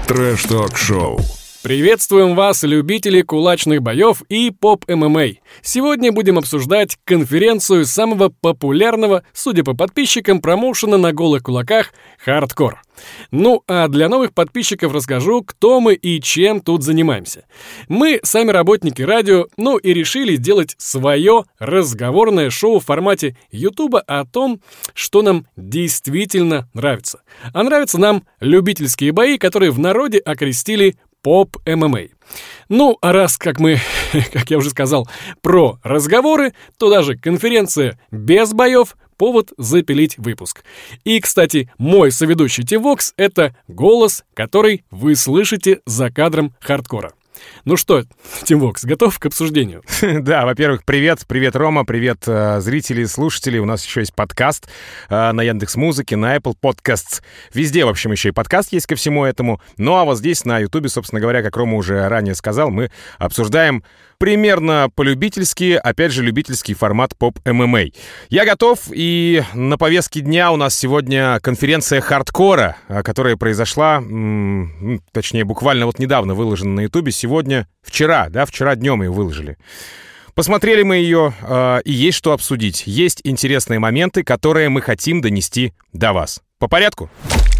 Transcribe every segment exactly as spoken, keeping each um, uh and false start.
Трэш-ток-шоу. Приветствуем вас, любители кулачных боев и поп-эм эм а. Сегодня будем обсуждать конференцию самого популярного, судя по подписчикам, промоушена на голых кулаках «Хардкор». Ну, а для новых подписчиков расскажу, кто мы и чем тут занимаемся. Мы сами работники радио, ну и решили сделать свое разговорное шоу в формате Ютуба о том, что нам действительно нравится. А нравятся нам любительские бои, которые в народе окрестили поп-эм эм а. Ну, а раз, как мы, как я уже сказал, про разговоры, то даже конференция без боев — повод запилить выпуск. И, кстати, мой соведущий Тивокс — это голос, который вы слышите за кадром хардкора. Ну что, Тимвокс, готов к обсуждению? Да, во-первых, привет, привет, Рома, привет, э, зрители, слушатели. У нас еще есть подкаст э, на Яндекс.Музыке, на Apple Podcasts. Везде, в общем, еще и подкаст есть ко всему этому. Ну, а вот здесь, на Ютубе, собственно говоря, как Рома уже ранее сказал, мы обсуждаем примерно по-любительски, опять же, любительский формат поп-эм эм а. Я готов, и на повестке дня у нас сегодня конференция хардкора, которая произошла, м- точнее, буквально вот недавно выложена на Ютубе, сегодня, вчера, да, вчера днем ее выложили. Посмотрели мы ее, э, и есть что обсудить. Есть интересные моменты, которые мы хотим донести до вас. По порядку?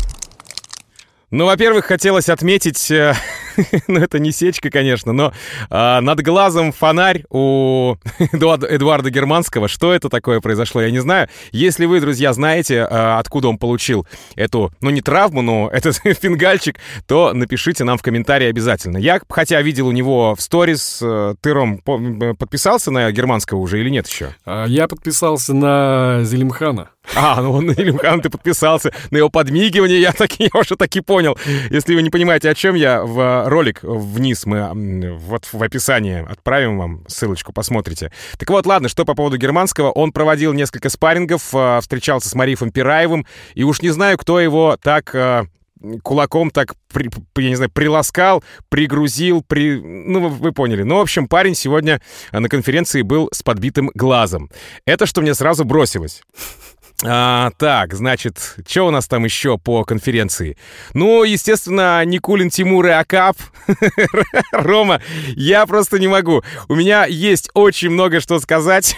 Ну, во-первых, хотелось отметить, э, ну, это не сечка, конечно, но э, над глазом фонарь у Эдуарда, Эдуарда Германского. Что это такое произошло, я не знаю. Если вы, друзья, знаете, э, откуда он получил эту, ну, не травму, но этот фингальчик, то напишите нам в комментарии обязательно. Я, хотя видел у него в сторис, э, ты, Ром, по- подписался на Германского уже или нет еще? А я подписался на Зелимхана. А, ну на Илюхан ты подписался, на его подмигивание я, так, я уже таки понял. Если вы не понимаете, о чем я, в ролик вниз мы вот в описании отправим вам ссылочку, посмотрите. Так вот, ладно, что по поводу Германского. Он проводил несколько спаррингов, встречался с Марифом Пираевым, и уж не знаю, кто его так... кулаком так, при, я не знаю, приласкал, пригрузил, при... ну, вы поняли. Ну, в общем, парень сегодня на конференции был с подбитым глазом. Это что мне сразу бросилось. А, так, значит, что у нас там еще по конференции? Ну, естественно, Никулин, Тимур и Акап. Рома, я просто не могу. У меня есть очень много что сказать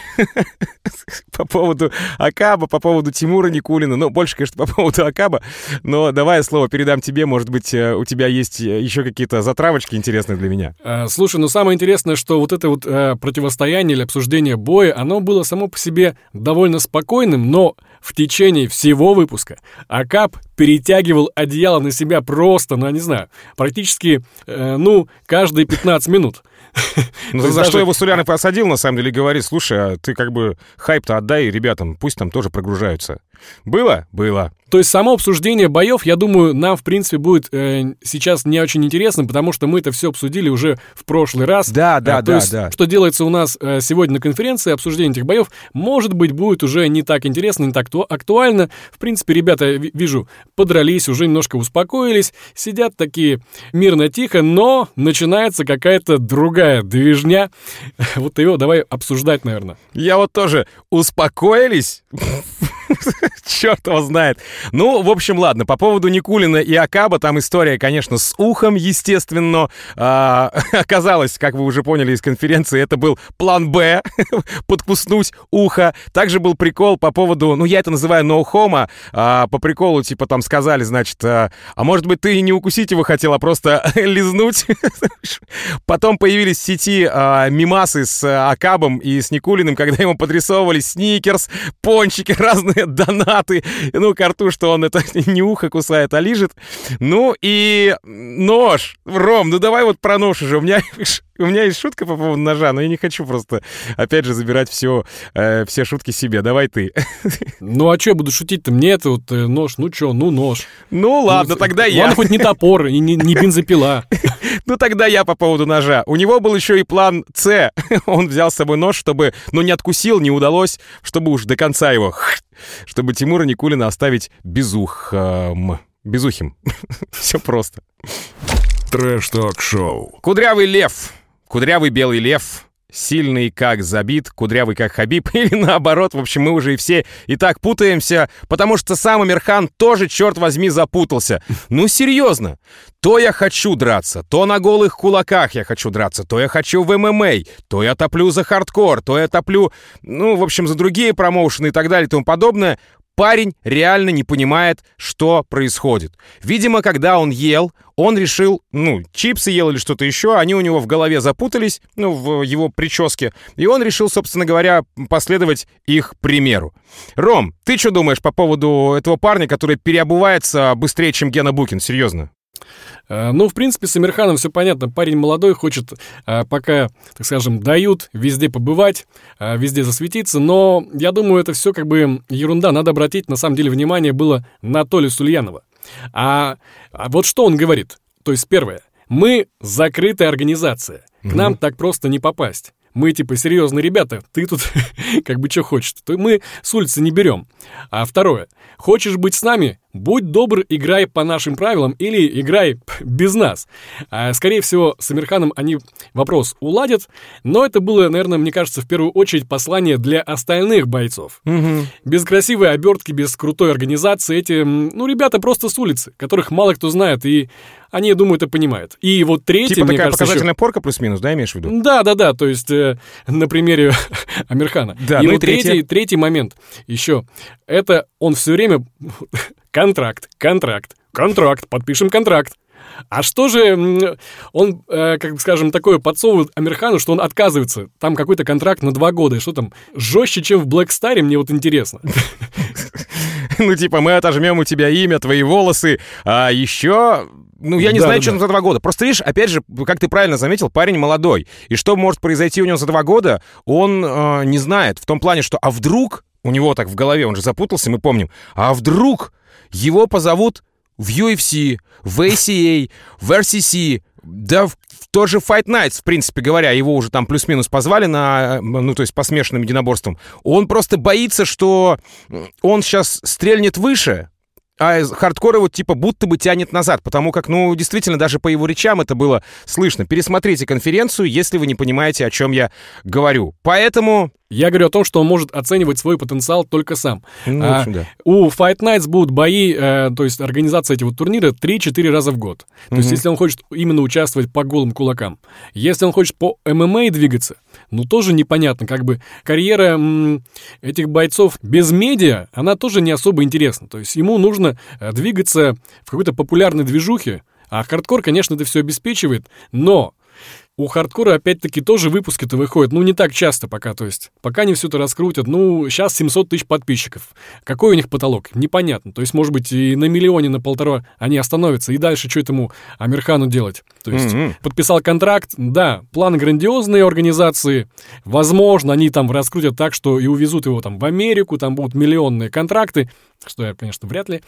по поводу Акаба, по поводу Тимура Никулина. Ну, больше, конечно, по поводу Акаба. Но давай я слово передам тебе. Может быть, у тебя есть еще какие-то затравочки интересные для меня. А, слушай, ну самое интересное, что вот это вот а, противостояние или обсуждение боя, оно было само по себе довольно спокойным, но в течение всего выпуска Акап перетягивал одеяло на себя просто, ну, я не знаю, практически, э, ну, каждые пятнадцать минут. Ну, за даже... что его Сулянов и осадил, на самом деле, говорит: слушай, а ты как бы хайп-то отдай ребятам, пусть там тоже прогружаются. Было? Было. То есть само обсуждение боев, я думаю, нам, в принципе, будет э, сейчас не очень интересно, потому что мы это все обсудили уже в прошлый раз. Да, да, а, да, то есть, да. Что делается у нас э, сегодня на конференции, обсуждение этих боев, может быть, будет уже не так интересно, не так актуально. В принципе, ребята, вижу, подрались, уже немножко успокоились, сидят такие мирно-тихо, но начинается какая-то другая движня. Вот ее давай обсуждать, наверное. Я вот тоже успокоились? Черт его знает. Ну, в общем, ладно, по поводу Никулина и Акаба, там история, конечно, с ухом, естественно. А, оказалось, как вы уже поняли из конференции, это был план «Б», подкуснуть ухо. Также был прикол по поводу, ну, я это называю ноу-хома, а, по приколу, типа, там сказали, значит, а, а может быть, ты не укусить его хотел, а просто лизнуть. Потом появились в сети а, мемасы с Акабом и с Никулиным, когда ему подрисовывали сникерс, пончики, разные донаты, ну, к рту, что он это не ухо кусает, а лижет. Ну, и нож. Ром, ну давай вот про нож уже. У меня, у меня есть шутка по поводу ножа, но я не хочу просто, опять же, забирать все, э, все шутки себе. Давай ты. Ну, а что я буду шутить-то? Мне это вот э, нож, ну что, ну нож. Ну, ладно, ну, тогда я. Ладно, хоть не топор и не, не бензопила. Ну, тогда я по поводу ножа. У него был еще и план «С». Он взял с собой нож, чтобы, ну, не откусил, не удалось, чтобы уж до конца его, чтобы Тимура Никулина оставить безухом. Безухим. Все просто. Трэш-ток-шоу. Кудрявый лев. Кудрявый белый лев. сильный как Забит, кудрявый как Хабиб, или наоборот, в общем, мы уже и все и так путаемся, потому что сам Амирхан тоже, черт возьми, запутался. Ну, серьезно, то я хочу драться, то на голых кулаках я хочу драться, то я хочу в эм эм а, то я топлю за хардкор, то я топлю, ну, в общем, за другие промоушены и так далее и тому подобное. Парень реально не понимает, что происходит. Видимо, когда он ел, он решил, ну, чипсы ел или что-то еще, они у него в голове запутались, ну, в его прическе, и он решил, собственно говоря, последовать их примеру. Ром, ты что думаешь по поводу этого парня, который переобувается быстрее, чем Гена Букин? Серьезно? Ну, в принципе, с Амирханом все понятно. Парень молодой, хочет, пока, так скажем, дают, везде побывать, везде засветиться. Но я думаю, это все как бы ерунда. Надо обратить, на самом деле, внимание было на Толю Сульянова. А, а вот что он говорит. То есть, первое. Мы закрытая организация. К нам так просто не попасть. Мы, типа, серьезные ребята, ты тут как бы что хочешь, то мы с улицы не берем. А второе. Хочешь быть с нами? Будь добр, играй по нашим правилам или играй без нас. А, скорее всего, с Амирханом они вопрос уладят, но это было, наверное, мне кажется, в первую очередь послание для остальных бойцов. Угу. Без красивой обертки, без крутой организации эти, ну, ребята просто с улицы, которых мало кто знает, и они, я думаю, это понимают. И вот третий, типа мне такая кажется, показательная еще... порка плюс-минус, да, имеешь в виду? Да-да-да, то есть э, на примере Амирхана. Да, и ну вот и третий. третий, третий момент еще. Это он все время... Контракт, контракт, контракт, подпишем контракт. А что же он, э, как бы скажем, такое подсовывает Амирхану, что он отказывается? Там какой-то контракт на два года. И что там, жестче, чем в Black Star, мне вот интересно. Ну, типа, мы отожмем у тебя имя, твои волосы, а еще... Ну, я не да, знаю, да, что да. за два года. Просто, видишь, опять же, как ты правильно заметил, парень молодой. И что может произойти у него за два года, он э, не знает. В том плане, что а вдруг, у него так в голове, он же запутался, мы помним, а вдруг его позовут в ю эф си, в эй си эй, в эр си си, да в тот же Fight Nights, в принципе говоря, его уже там плюс-минус позвали на, ну, то есть по смешанным единоборствам. Он просто боится, что он сейчас стрельнет выше, а хардкор его типа будто бы тянет назад, потому как, ну, действительно, даже по его речам это было слышно. Пересмотрите конференцию, если вы не понимаете, о чем я говорю. Поэтому... Я говорю о том, что он может оценивать свой потенциал только сам. Ну, в общем, а, да. У Fight Nights будут бои, э, то есть организация этих вот турнира три-четыре раза в год. То mm-hmm. есть если он хочет именно участвовать по голым кулакам. Если он хочет по эм эм а двигаться, ну тоже непонятно. Как бы карьера м- этих бойцов без медиа, она тоже не особо интересна. То есть ему нужно двигаться в какой-то популярной движухе. А хардкор, конечно, это все обеспечивает, но... У хардкора, опять-таки, тоже выпуски-то выходят, ну, не так часто пока, то есть, пока они все это раскрутят, ну, сейчас семьсот тысяч подписчиков. Какой у них потолок? Непонятно. То есть, может быть, и на миллионе, на полтора они остановятся, и дальше что этому Амирхану делать? То есть, mm-hmm. подписал контракт, да, план грандиозные организации, возможно, они там раскрутят так, что и увезут его там в Америку, там будут миллионные контракты, что я, конечно, вряд ли,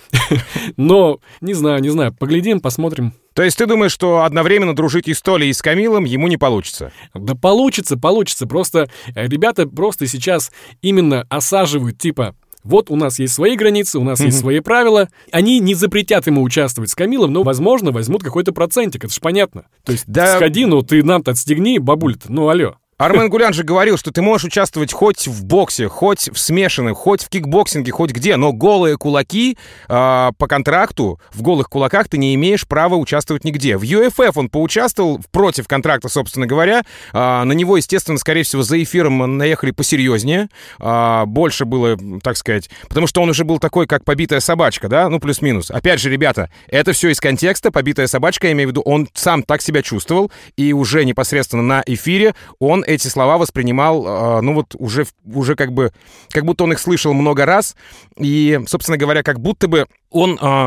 но, не знаю, не знаю, поглядим, посмотрим. То есть ты думаешь, что одновременно дружить и с Толей, и с Камилом ему не получится? Да получится, получится. Просто ребята просто сейчас именно осаживают, типа, вот у нас есть свои границы, у нас mm-hmm. есть свои правила. Они не запретят ему участвовать с Камилом, но, возможно, возьмут какой-то процентик, это же понятно. То есть да... сходи, ну ты нам-то отстегни, бабуль-то, ну алло. Армен Гулян же говорил, что ты можешь участвовать хоть в боксе, хоть в смешанных, хоть в кикбоксинге, хоть где, но голые кулаки э, по контракту, в голых кулаках ты не имеешь права участвовать нигде. В ю эф эф он поучаствовал против контракта, собственно говоря. Э, на него, естественно, скорее всего, за эфиром наехали посерьезнее. Э, больше было, так сказать, потому что он уже был такой, как побитая собачка, да, ну плюс-минус. Опять же, ребята, это все из контекста. Побитая собачка, я имею в виду, он сам так себя чувствовал, и уже непосредственно на эфире он эти слова воспринимал, э, ну вот уже, уже как бы, как будто он их слышал много раз, и, собственно говоря, как будто бы он, э,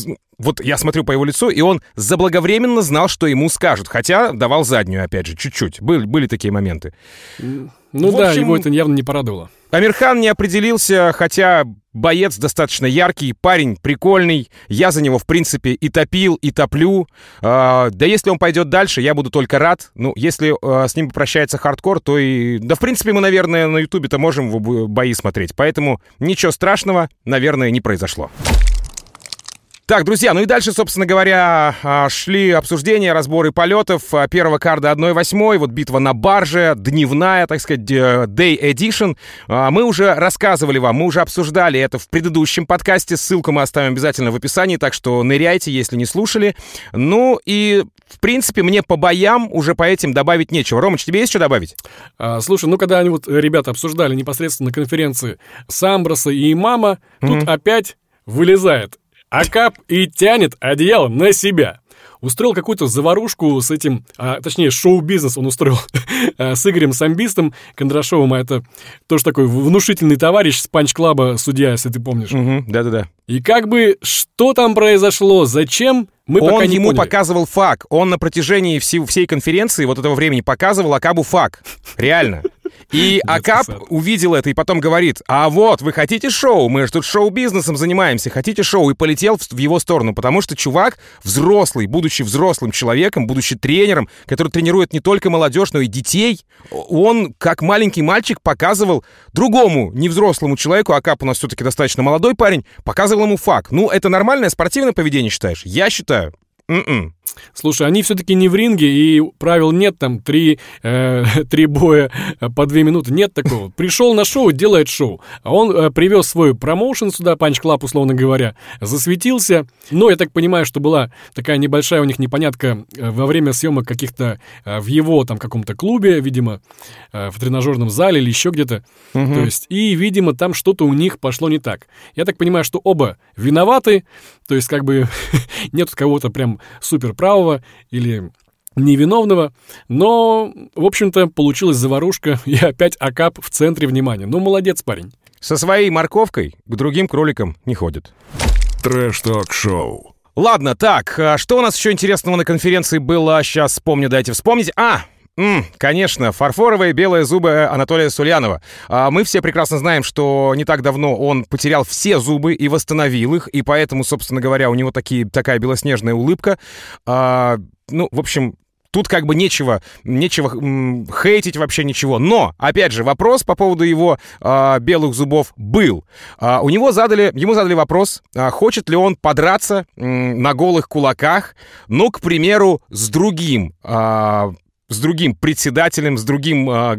вот я смотрю по его лицу, и он заблаговременно знал, что ему скажут, хотя давал заднюю, опять же, чуть-чуть. Были, были такие моменты. Ну в да, общем, его это явно не порадовало. Амирхан не определился, хотя боец достаточно яркий, парень прикольный. Я за него, в принципе, и топил, и топлю. А, да если он пойдет дальше, я буду только рад. Ну, если а, с ним попрощается хардкор, то и... Да, в принципе, мы, наверное, на Ютубе-то можем бои смотреть. Поэтому ничего страшного, наверное, не произошло. Так, друзья, ну и дальше, собственно говоря, шли обсуждения, разборы полетов первого карда одна восьмая, вот битва на барже, дневная, так сказать, Day Edition. Мы уже рассказывали вам, мы уже обсуждали это в предыдущем подкасте, ссылку мы оставим обязательно в описании, так что ныряйте, если не слушали. Ну и, в принципе, мне по боям уже по этим добавить нечего. Ромыч, тебе есть что добавить? А, слушай, ну когда они вот, ребята, обсуждали непосредственно на конференции Самброса и Имама, mm-hmm. тут опять вылезает Акап и тянет одеяло на себя. Устроил какую-то заварушку с этим, а, точнее, шоу-бизнес он устроил с Игорем Самбистом Кондрашовым, а это тоже такой внушительный товарищ с панч-клаба, судья, если ты помнишь. Угу, да-да-да. И как бы, что там произошло, зачем, мы он пока не ему поняли. показывал фак. Он на протяжении всей, всей конференции вот этого времени показывал Акабу фак. Реально. И Акап увидел это и потом говорит: а вот, вы хотите шоу? Мы же тут шоу-бизнесом занимаемся. Хотите шоу? И полетел в, в его сторону. Потому что чувак взрослый, будучи взрослым человеком, будучи тренером, который тренирует не только молодежь, но и детей, он, как маленький мальчик, показывал другому невзрослому человеку, Акап у нас все-таки достаточно молодой парень, показывал ему фак. Ну, это нормальное спортивное поведение, считаешь? Я считаю. Mm-mm. Слушай, они все-таки не в ринге, и правил нет, там, три, э, три боя по две минуты, нет такого. Пришел на шоу, делает шоу. А он э, привез свой промоушен сюда, панч-клаб, условно говоря, засветился. Но я так понимаю, что была такая небольшая у них непонятка э, во время съемок каких-то э, в его там каком-то клубе, видимо, э, в тренажерном зале или еще где-то. Угу. То есть, и, видимо, там что-то у них пошло не так. Я так понимаю, что оба виноваты, то есть, как бы, нет кого-то прям супер правого или невиновного, но, в общем-то, получилась заварушка, и опять Акап в центре внимания. Ну, молодец, парень. Со своей морковкой к другим кроликам не ходит. Трэш-ток-шоу. Ладно, так, что у нас еще интересного на конференции было? Сейчас вспомню, дайте вспомнить. А! Mm, конечно, фарфоровые белые зубы Анатолия Сульянова. А, мы все прекрасно знаем, что не так давно он потерял все зубы и восстановил их, и поэтому, собственно говоря, у него такие, такая белоснежная улыбка. А, ну, в общем, тут как бы нечего, нечего м, хейтить вообще ничего. Но, опять же, вопрос по поводу его а, белых зубов был. А, у него задали, ему задали вопрос, а, хочет ли он подраться м, на голых кулаках, ну, к примеру, с другим а, с другим председателем, с другим э,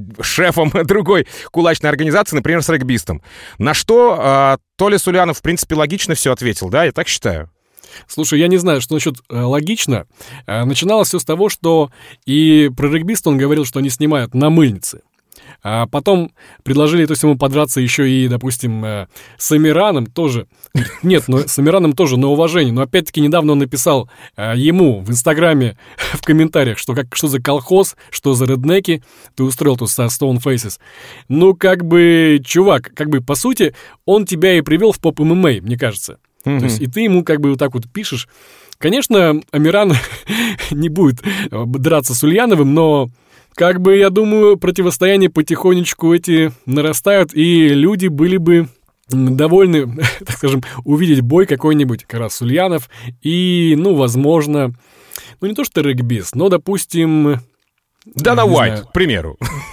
шефом другой кулачной организации, например, с регбистом. На что э, Толя Сульянов, в принципе, логично все ответил, да, я так считаю. Слушай, я не знаю, что насчет э, логично. Э, начиналось все с того, что и про регбиста он говорил, что они снимают на мыльнице. А потом предложили, то есть, ему подраться еще и, допустим, э, с Амираном тоже. Нет, ну, с Амираном тоже на уважение. Но опять-таки недавно он написал э, ему в Инстаграме в комментариях, что, как, что за колхоз, что за реднеки ты устроил тут со Stone Faces. Ну, как бы, чувак, как бы, по сути, он тебя и привел в поп-ММА, мне кажется. Mm-hmm. То есть, и ты ему как бы вот так вот пишешь. Конечно, Амиран не будет драться с Ульяновым, но... Как бы, я думаю, противостояния потихонечку эти нарастают, и люди были бы довольны, так скажем, увидеть бой какой-нибудь, как раз Ульянов, и, ну, возможно, ну, не то что регбист, но, допустим... Дана Уайт, к примеру.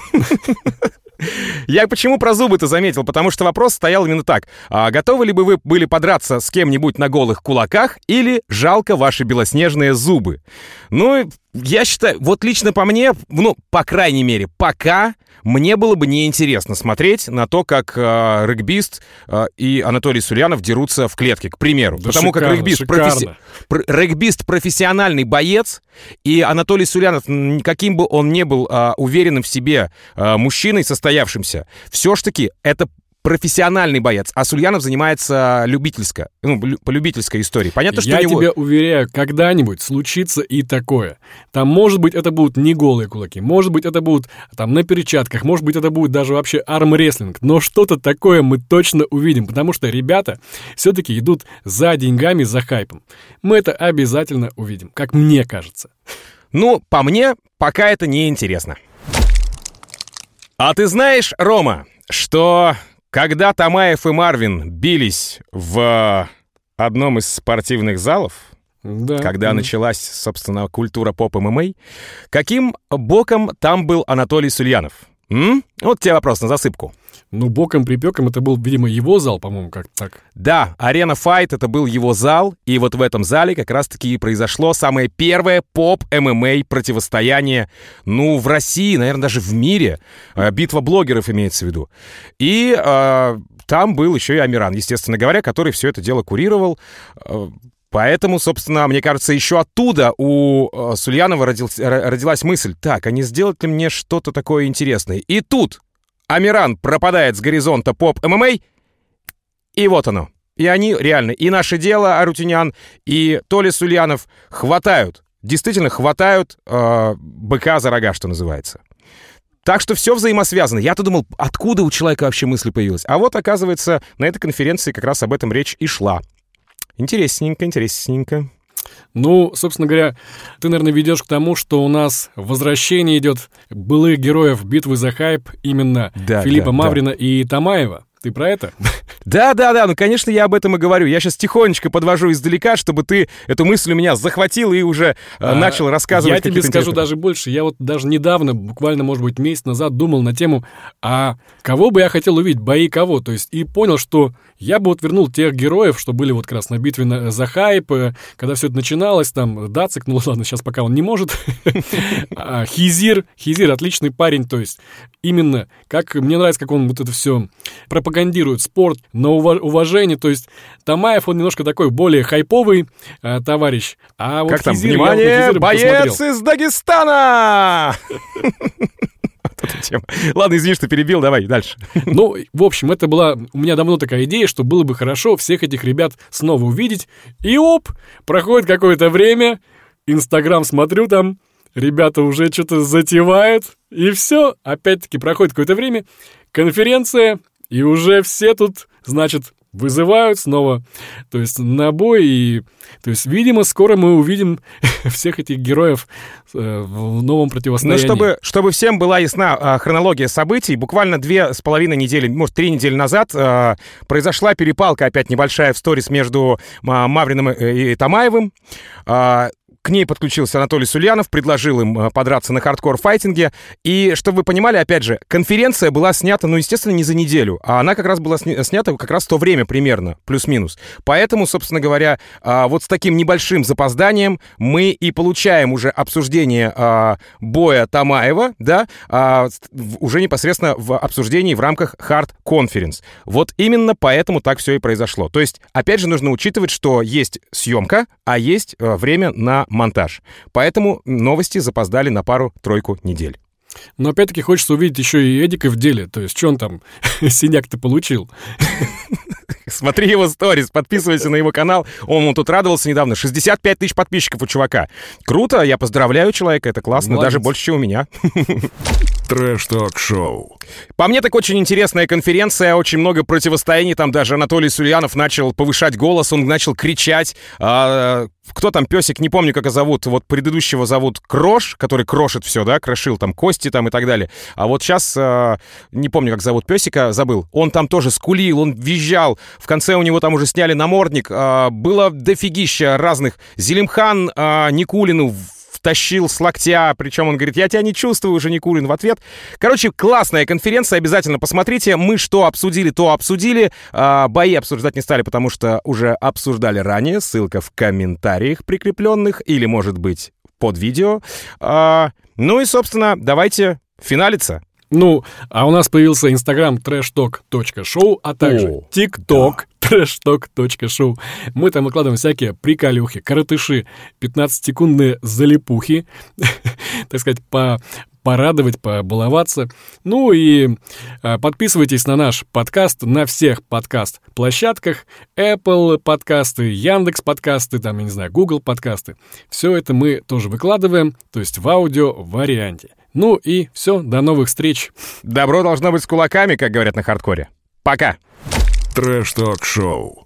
Я почему про зубы-то заметил? Потому что вопрос стоял именно так. А готовы ли бы вы были подраться с кем-нибудь на голых кулаках или жалко ваши белоснежные зубы? Ну, я считаю, вот лично по мне, ну, по крайней мере, пока мне было бы неинтересно смотреть на то, как э, регбист э, и Анатолий Сульянов дерутся в клетке, к примеру. Да, потому шикарно, как регбист, професси... Пр- регбист профессиональный боец, и Анатолий Сульянов, каким бы он ни был э, уверенным в себе э, мужчиной состоявшимся, все ж таки это профессиональный боец, а Сульянов занимается любительско, ну, по любительской истории. Понятно, что я у него... тебя уверяю, когда-нибудь случится и такое. Там, может быть, это будут не голые кулаки, может быть, это будут там на перчатках, может быть, это будет даже вообще армрестлинг, но что-то такое мы точно увидим, потому что ребята все-таки идут за деньгами, за хайпом. Мы это обязательно увидим, как мне кажется. Ну, по мне, пока это не интересно. А ты знаешь, Рома, что... Когда Тамаев и Марвин бились в одном из спортивных залов, да, когда да. началась, собственно, культура поп-ММА, каким боком там был Анатолий Сульянов? М? Вот тебе вопрос на засыпку. Ну, боком-припеком это был, видимо, его зал, по-моему, как так. Да, Arena Fight — это был его зал, и вот в этом зале как раз-таки и произошло самое первое поп-эм эм эй противостояние, ну, в России, наверное, даже в мире. Битва блогеров имеется в виду. И э, там был еще и Амиран, естественно говоря, который все это дело курировал. Поэтому, собственно, мне кажется, еще оттуда у э, Сульянова родил, родилась мысль: так, а не сделать ли мне что-то такое интересное? И тут Амиран пропадает с горизонта поп-эм эм эй, и вот оно. И они реально, и наше дело, Арутюнян, и Толя Сульянов хватают, действительно хватают э, быка за рога, что называется. Так что все взаимосвязано. Я-то думал, откуда у человека вообще мысль появилась. А вот, оказывается, на этой конференции как раз об этом речь и шла. Интересненько, интересненько. Ну, собственно говоря, ты, наверное, ведешь к тому, что у нас возвращение идет былых героев битвы за хайп, именно да, Филиппа да, Маврина да. и Тамаева. Ты про это? Да-да-да, ну, конечно, я об этом и говорю. Я сейчас тихонечко подвожу издалека, чтобы ты эту мысль у меня захватил и уже а, начал рассказывать. Я тебе скажу даже больше. Я вот даже недавно, буквально, может быть, месяц назад думал на тему, а кого бы я хотел увидеть, бои кого. То есть и понял, что я бы вот вернул тех героев, что были вот как раз на битве на, за хайп, когда все это начиналось, там, Дацик, ну ладно, сейчас пока он не может. Хизир, Хизир отличный парень, то есть именно, как мне нравится, как он вот это все пропагандирует, спорт, на уважение, то есть Тамаев, он немножко такой более хайповый а, товарищ. А вот как там, Хизир, внимание, вот боец из Дагестана! Ладно, извини, что перебил, давай дальше. Ну, в общем, это была у меня давно такая идея, что было бы хорошо всех этих ребят снова увидеть. И оп, проходит какое-то время, Инстаграм смотрю там, ребята уже что-то затевают, и все, опять-таки проходит какое-то время, конференция, и уже все тут, значит, вызывают снова, то есть на бой, и, то есть, видимо, скоро мы увидим всех этих героев э, в новом противостоянии. Ну, чтобы, чтобы всем была ясна э, хронология событий, буквально две с половиной недели, может, три недели назад э, произошла перепалка опять небольшая в сторис между э, Мавриным и, и Тамаевым. Э, К ней подключился Анатолий Сульянов, предложил им подраться на хардкор-файтинге. И, чтобы вы понимали, опять же, конференция была снята, ну, естественно, не за неделю, а она как раз была снята как раз в то время примерно, плюс-минус. Поэтому, собственно говоря, вот с таким небольшим запозданием мы и получаем уже обсуждение боя Тамаева, да, уже непосредственно в обсуждении в рамках Hard Conference. Вот именно поэтому так все и произошло. То есть, опять же, нужно учитывать, что есть съемка, а есть время на монтаж. Поэтому новости запоздали на пару-тройку недель. Но опять-таки хочется увидеть еще и Эдика в деле. То есть, что он там синяк-то получил? Смотри его сторис, подписывайся на его канал. Он ему тут радовался недавно. шестьдесят пять тысяч подписчиков у чувака. Круто, я поздравляю человека, это классно, молодец. Даже больше, чем у меня. Трэш-ток-шоу. По мне, так очень интересная конференция, очень много противостояний. Там даже Анатолий Сульянов начал повышать голос, он начал кричать. А, кто там, песик, не помню, как его зовут. Вот предыдущего зовут Крош, который крошит все, да, крошил там кости там и так далее. А вот сейчас, а, не помню, как зовут песика, забыл. Он там тоже скулил, он визжал. В конце у него там уже сняли намордник. А, было дофигища разных. Зелимхан а, Никулину тащил с локтя, причем он говорит: я тебя не чувствую, уже Никулин в ответ. Короче, классная конференция, обязательно посмотрите. Мы что обсудили, то обсудили. А, бои обсуждать не стали, потому что уже обсуждали ранее. Ссылка в комментариях прикрепленных или, может быть, под видео. А, ну и, собственно, давайте финалиться. Ну, а у нас появился Инстаграм трэшток точка шоу, а также ТикТок трэшток точка шоу. Мы там выкладываем всякие приколюхи, коротыши, пятнадцатисекундные залипухи, так сказать, по... порадовать, побаловаться. Ну и а, подписывайтесь на наш подкаст на всех подкаст-площадках. Apple подкасты, Яндекс подкасты, там, я не знаю, Google подкасты. Все это мы тоже выкладываем, то есть в аудио-варианте. Ну и все, до новых встреч. Добро должно быть с кулаками, как говорят на хардкоре. Пока. Трэш-ток-шоу.